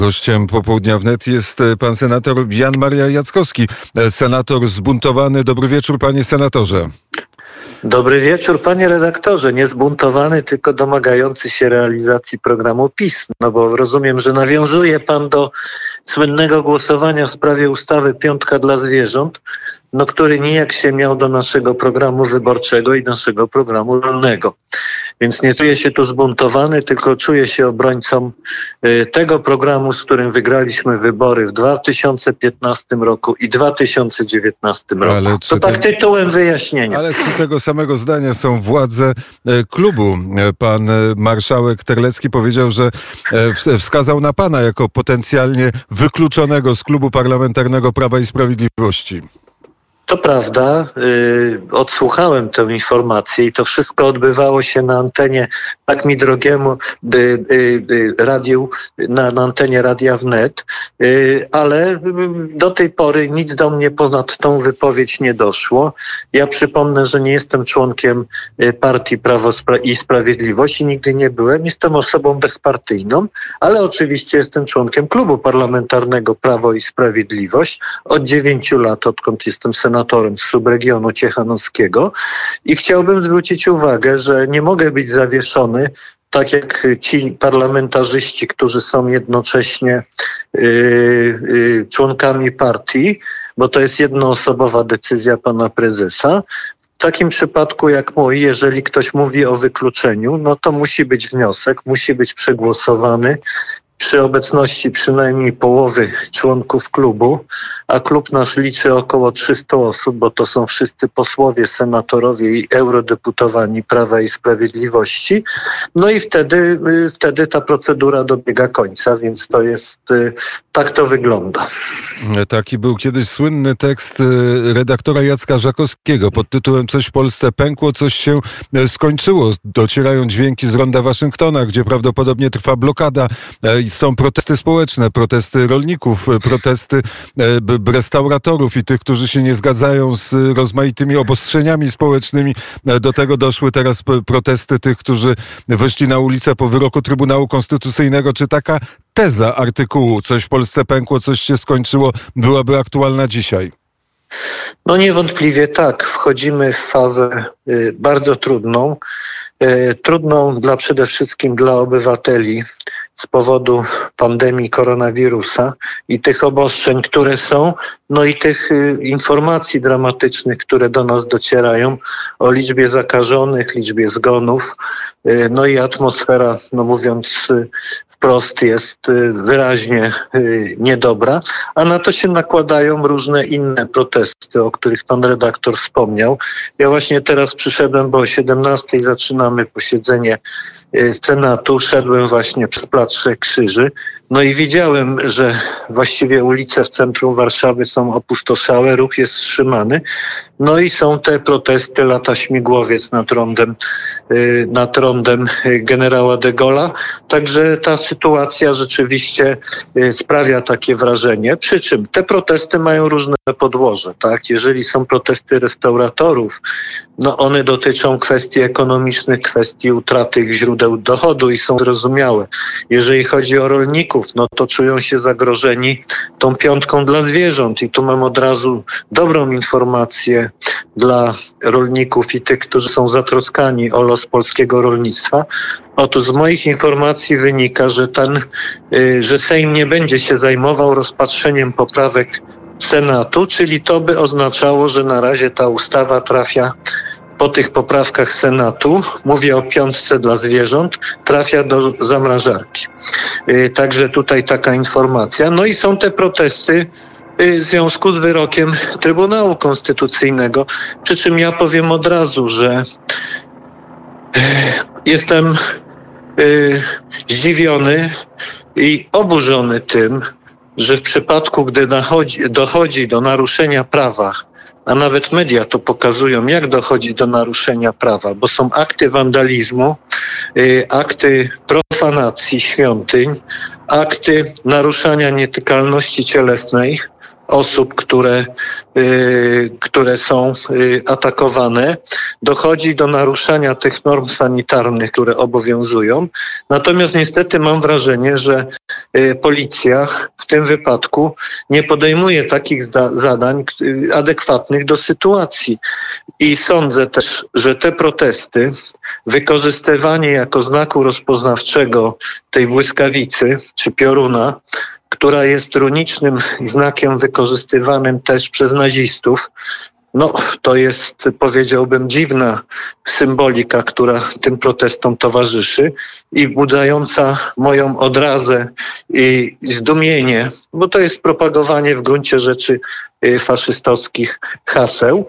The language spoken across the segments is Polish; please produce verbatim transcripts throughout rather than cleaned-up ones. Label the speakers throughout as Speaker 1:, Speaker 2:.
Speaker 1: Gościem Popołudnia Wnet jest pan senator Jan Maria Jackowski, senator zbuntowany. Dobry wieczór, panie senatorze.
Speaker 2: Dobry wieczór, panie redaktorze. Nie zbuntowany, tylko domagający się realizacji programu PiS. No bo rozumiem, że nawiązuje pan do słynnego głosowania w sprawie ustawy Piątka dla zwierząt, no który nijak się miał do naszego programu wyborczego i naszego programu rolnego. Więc nie czuję się tu zbuntowany, tylko czuję się obrońcą y, tego programu, z którym wygraliśmy wybory w dwa tysiące piętnastym roku i dwa tysiące dziewiętnastym roku. Ale to tak te... tytułem wyjaśnienia.
Speaker 1: Ale czy tego samego zdania są władze e, klubu? Pan e, marszałek Terlecki powiedział, że e, wskazał na pana jako potencjalnie wykluczonego z klubu parlamentarnego Prawa i Sprawiedliwości.
Speaker 2: To prawda, yy, odsłuchałem tę informację i to wszystko odbywało się na antenie tak mi drogiemu yy, yy, radiu, na, na antenie Radia Wnet, yy, ale do tej pory nic do mnie ponad tą wypowiedź nie doszło. Ja przypomnę, że nie jestem członkiem partii Prawo i Sprawiedliwość i nigdy nie byłem. Jestem osobą bezpartyjną, ale oczywiście jestem członkiem klubu parlamentarnego Prawo i Sprawiedliwość od dziewięciu lat, odkąd jestem senatorem z subregionu ciechanowskiego i chciałbym zwrócić uwagę, że nie mogę być zawieszony tak jak ci parlamentarzyści, którzy są jednocześnie yy, yy, członkami partii, bo to jest jednoosobowa decyzja pana prezesa. W takim przypadku jak mój, jeżeli ktoś mówi o wykluczeniu, no to musi być wniosek, musi być przegłosowany przy obecności przynajmniej połowy członków klubu, a klub nasz liczy około trzysta osób, bo to są wszyscy posłowie, senatorowie i eurodeputowani Prawa i Sprawiedliwości. No i wtedy, wtedy ta procedura dobiega końca, więc to jest, tak to wygląda.
Speaker 1: Taki był kiedyś słynny tekst redaktora Jacka Żakowskiego pod tytułem "Coś w Polsce pękło, coś się skończyło". Docierają dźwięki z ronda Waszyngtona, gdzie prawdopodobnie trwa blokada. Są protesty społeczne, protesty rolników, protesty restauratorów i tych, którzy się nie zgadzają z rozmaitymi obostrzeniami społecznymi. Do tego doszły teraz protesty tych, którzy wyszli na ulicę po wyroku Trybunału Konstytucyjnego. Czy taka teza artykułu "Coś w Polsce pękło, coś się skończyło" byłaby aktualna dzisiaj?
Speaker 2: No niewątpliwie tak. Wchodzimy w fazę y, bardzo trudną. Y, trudną dla przede wszystkim dla obywateli z powodu pandemii koronawirusa i tych obostrzeń, które są, no i tych y, informacji dramatycznych, które do nas docierają o liczbie zakażonych, liczbie zgonów. Y, no i atmosfera, no mówiąc y, wprost, jest y, wyraźnie y, niedobra, a na to się nakładają różne inne protesty, o których pan redaktor wspomniał. Ja właśnie teraz przyszedłem, bo o siedemnastej zaczynamy posiedzenie Senatu, szedłem właśnie przez Plac Trzech Krzyży, no i widziałem, że właściwie ulice w centrum Warszawy są opustoszałe, ruch jest wstrzymany, no i są te protesty, lata śmigłowiec nad rondem, nad rondem generała de Gaulle'a, także ta sytuacja rzeczywiście sprawia takie wrażenie, przy czym te protesty mają różne podłoże, tak? Jeżeli są protesty restauratorów, no one dotyczą kwestii ekonomicznych, kwestii utraty ich źródeł dochodu i są zrozumiałe. Jeżeli chodzi o rolników, no to czują się zagrożeni tą piątką dla zwierząt i tu mam od razu dobrą informację dla rolników i tych, którzy są zatroskani o los polskiego rolnictwa. Otóż z moich informacji wynika, że ten, yy, że Sejm nie będzie się zajmował rozpatrzeniem poprawek Senatu, czyli to by oznaczało, że na razie ta ustawa trafia po tych poprawkach Senatu, mówię o piątce dla zwierząt, trafia do zamrażarki. Yy, także tutaj taka informacja. No i są te protesty yy, w związku z wyrokiem Trybunału Konstytucyjnego. Przy czym ja powiem od razu, że yy, jestem yy, zdziwiony i oburzony tym, że w przypadku, gdy dochodzi, dochodzi do naruszenia prawa, a nawet media to pokazują, jak dochodzi do naruszenia prawa, bo są akty wandalizmu, y, akty profanacji świątyń, akty naruszania nietykalności cielesnej osób, które, które są atakowane. Dochodzi do naruszania tych norm sanitarnych, które obowiązują. Natomiast niestety mam wrażenie, że policja w tym wypadku nie podejmuje takich zda- zadań adekwatnych do sytuacji. I sądzę też, że te protesty, wykorzystywanie jako znaku rozpoznawczego tej błyskawicy czy pioruna, która jest runicznym znakiem wykorzystywanym też przez nazistów, no to jest, powiedziałbym, dziwna symbolika, która tym protestom towarzyszy i budzająca moją odrazę i zdumienie, bo to jest propagowanie w gruncie rzeczy faszystowskich haseł.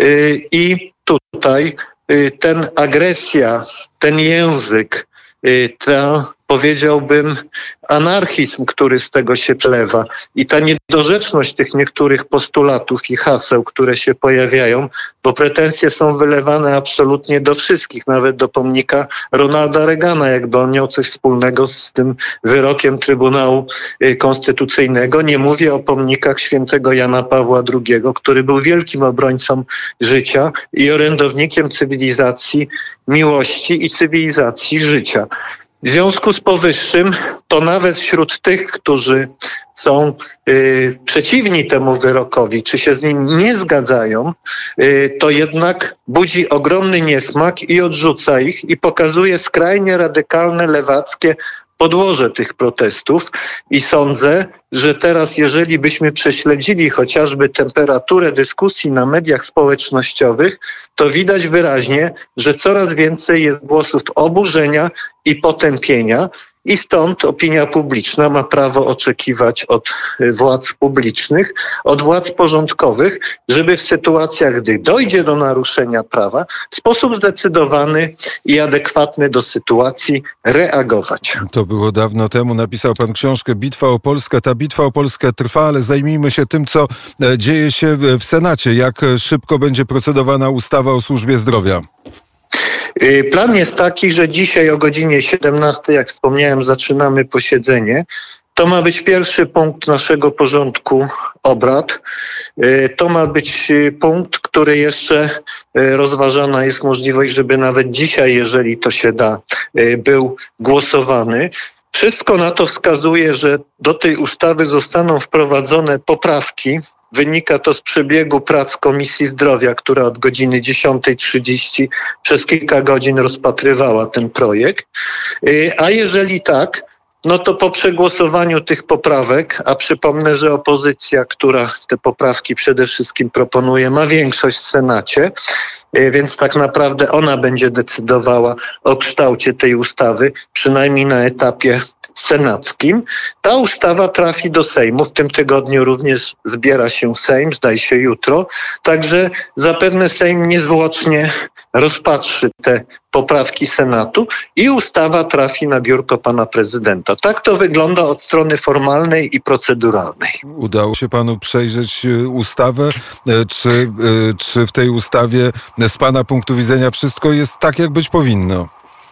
Speaker 2: I tutaj ten agresja, ten język, ta, powiedziałbym, anarchizm, który z tego się przelewa i ta niedorzeczność tych niektórych postulatów i haseł, które się pojawiają, bo pretensje są wylewane absolutnie do wszystkich, nawet do pomnika Ronalda Reagana, jakby on miał coś wspólnego z tym wyrokiem Trybunału Konstytucyjnego. Nie mówię o pomnikach świętego Jana Pawła drugiego, który był wielkim obrońcą życia i orędownikiem cywilizacji miłości i cywilizacji życia. W związku z powyższym, to nawet wśród tych, którzy są y, przeciwni temu wyrokowi, czy się z nim nie zgadzają, y, to jednak budzi ogromny niesmak i odrzuca ich i pokazuje skrajnie radykalne, lewackie podłoże tych protestów i sądzę, że teraz jeżeli byśmy prześledzili chociażby temperaturę dyskusji na mediach społecznościowych, to widać wyraźnie, że coraz więcej jest głosów oburzenia i potępienia i stąd opinia publiczna ma prawo oczekiwać od władz publicznych, od władz porządkowych, żeby w sytuacjach, gdy dojdzie do naruszenia prawa, w sposób zdecydowany i adekwatny do sytuacji reagować.
Speaker 1: To było dawno temu. Napisał pan książkę Bitwa o Polskę. Ta bitwa o Polskę trwa, ale zajmijmy się tym, co dzieje się w Senacie. Jak szybko będzie procedowana ustawa o służbie zdrowia?
Speaker 2: Plan jest taki, że dzisiaj o godzinie siedemnastej, jak wspomniałem, zaczynamy posiedzenie. To ma być pierwszy punkt naszego porządku obrad. To ma być punkt, który jeszcze rozważana jest możliwość, żeby nawet dzisiaj, jeżeli to się da, był głosowany. Wszystko na to wskazuje, że do tej ustawy zostaną wprowadzone poprawki. Wynika to z przebiegu prac Komisji Zdrowia, która od godziny dziesiątej trzydzieści przez kilka godzin rozpatrywała ten projekt. A jeżeli tak, no to po przegłosowaniu tych poprawek, a przypomnę, że opozycja, która te poprawki przede wszystkim proponuje, ma większość w Senacie, więc tak naprawdę ona będzie decydowała o kształcie tej ustawy, przynajmniej na etapie senackim. Ta ustawa trafi do Sejmu. W tym tygodniu również zbiera się Sejm, zdaje się jutro. Także zapewne Sejm niezwłocznie rozpatrzy te poprawki Senatu i ustawa trafi na biurko pana prezydenta. Tak to wygląda od strony formalnej i proceduralnej.
Speaker 1: Udało się panu przejrzeć ustawę? Czy, czy w tej ustawie z pana punktu widzenia wszystko jest tak, jak być powinno?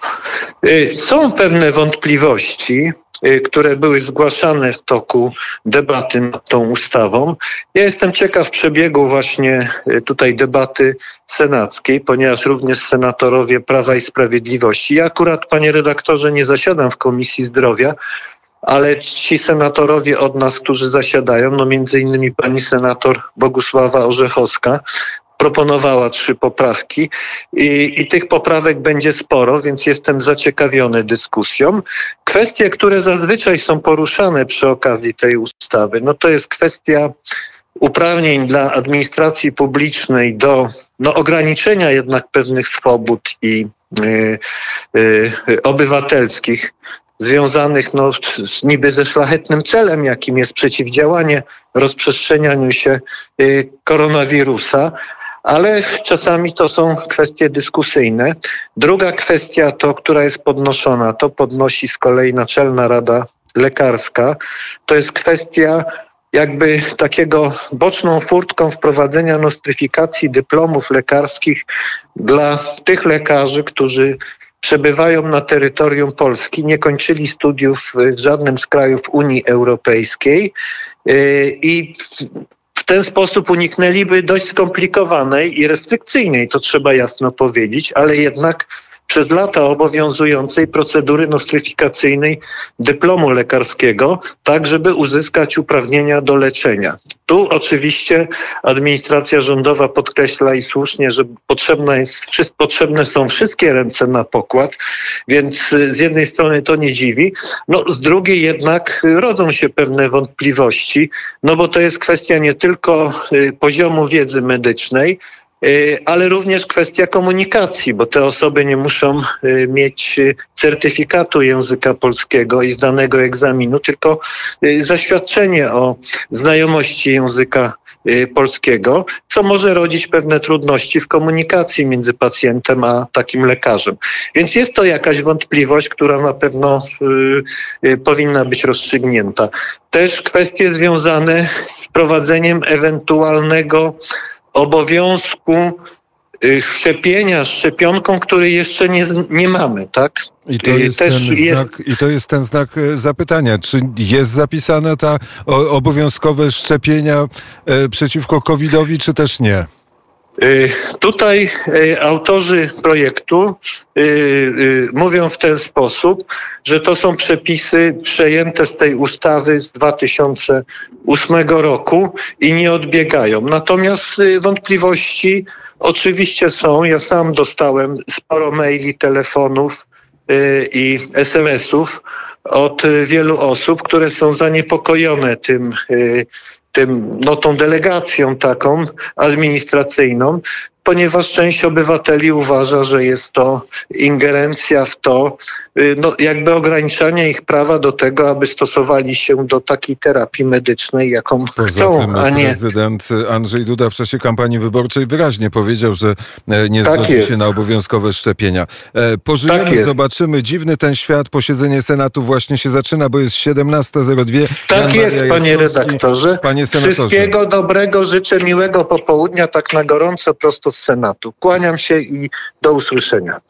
Speaker 2: Są pewne wątpliwości, które były zgłaszane w toku debaty nad tą ustawą. Ja jestem ciekaw przebiegu właśnie tutaj debaty senackiej, ponieważ również senatorowie Prawa i Sprawiedliwości. Ja akurat, panie redaktorze, nie zasiadam w Komisji Zdrowia, ale ci senatorowie od nas, którzy zasiadają, no między innymi pani senator Bogusława Orzechowska, proponowała trzy poprawki i, i tych poprawek będzie sporo, więc jestem zaciekawiony dyskusją. Kwestie, które zazwyczaj są poruszane przy okazji tej ustawy, no to jest kwestia uprawnień dla administracji publicznej do no, ograniczenia jednak pewnych swobód i y, y, obywatelskich związanych no, z, niby ze szlachetnym celem, jakim jest przeciwdziałanie rozprzestrzenianiu się y, koronawirusa, ale czasami to są kwestie dyskusyjne. Druga kwestia, to, która jest podnoszona, to podnosi z kolei Naczelna Rada Lekarska, to jest kwestia jakby takiego boczną furtką wprowadzenia nostryfikacji dyplomów lekarskich dla tych lekarzy, którzy przebywają na terytorium Polski, nie kończyli studiów w żadnym z krajów Unii Europejskiej i ten sposób uniknęliby dość skomplikowanej i restrykcyjnej, to trzeba jasno powiedzieć, ale jednak przez lata obowiązującej procedury nostryfikacyjnej dyplomu lekarskiego, tak żeby uzyskać uprawnienia do leczenia. Tu oczywiście administracja rządowa podkreśla i słusznie, że potrzebna jest, potrzebne są wszystkie ręce na pokład, więc z jednej strony to nie dziwi, no z drugiej jednak rodzą się pewne wątpliwości, no bo to jest kwestia nie tylko poziomu wiedzy medycznej, ale również kwestia komunikacji, bo te osoby nie muszą mieć certyfikatu języka polskiego i zdanego egzaminu, tylko zaświadczenie o znajomości języka polskiego, co może rodzić pewne trudności w komunikacji między pacjentem a takim lekarzem. Więc jest to jakaś wątpliwość, która na pewno y, y, powinna być rozstrzygnięta. Też kwestie związane z prowadzeniem ewentualnego obowiązku szczepienia szczepionką, której jeszcze nie, nie mamy, tak?
Speaker 1: I to jest, Też ten jest... Znak, I to jest ten znak zapytania. Czy jest zapisane ta obowiązkowe szczepienia przeciwko kowitowi, czy też nie?
Speaker 2: Tutaj autorzy projektu mówią w ten sposób, że to są przepisy przejęte z tej ustawy z dwa tysiące ósmego roku i nie odbiegają. Natomiast wątpliwości oczywiście są. Ja sam dostałem sporo maili, telefonów i es em esów od wielu osób, które są zaniepokojone tym tym, no, tą delegacją taką administracyjną, ponieważ część obywateli uważa, że jest to ingerencja w to, no, jakby ograniczanie ich prawa do tego, aby stosowali się do takiej terapii medycznej, jaką
Speaker 1: Poza
Speaker 2: chcą,
Speaker 1: tym
Speaker 2: a nie...
Speaker 1: prezydent Andrzej Duda w czasie kampanii wyborczej wyraźnie powiedział, że nie
Speaker 2: tak
Speaker 1: zgodzi
Speaker 2: jest.
Speaker 1: się na obowiązkowe szczepienia. Pożyjemy,
Speaker 2: tak
Speaker 1: zobaczymy. Dziwny ten świat. Posiedzenie Senatu właśnie się zaczyna, bo jest siedemnasta zero dwa.
Speaker 2: Tak
Speaker 1: Jan
Speaker 2: jest,
Speaker 1: Maria
Speaker 2: panie
Speaker 1: Jackowski.
Speaker 2: redaktorze.
Speaker 1: Panie senatorze.
Speaker 2: Wszystkiego dobrego, życzę miłego popołudnia, tak na gorąco, prosto z Senatu. Kłaniam się i do usłyszenia.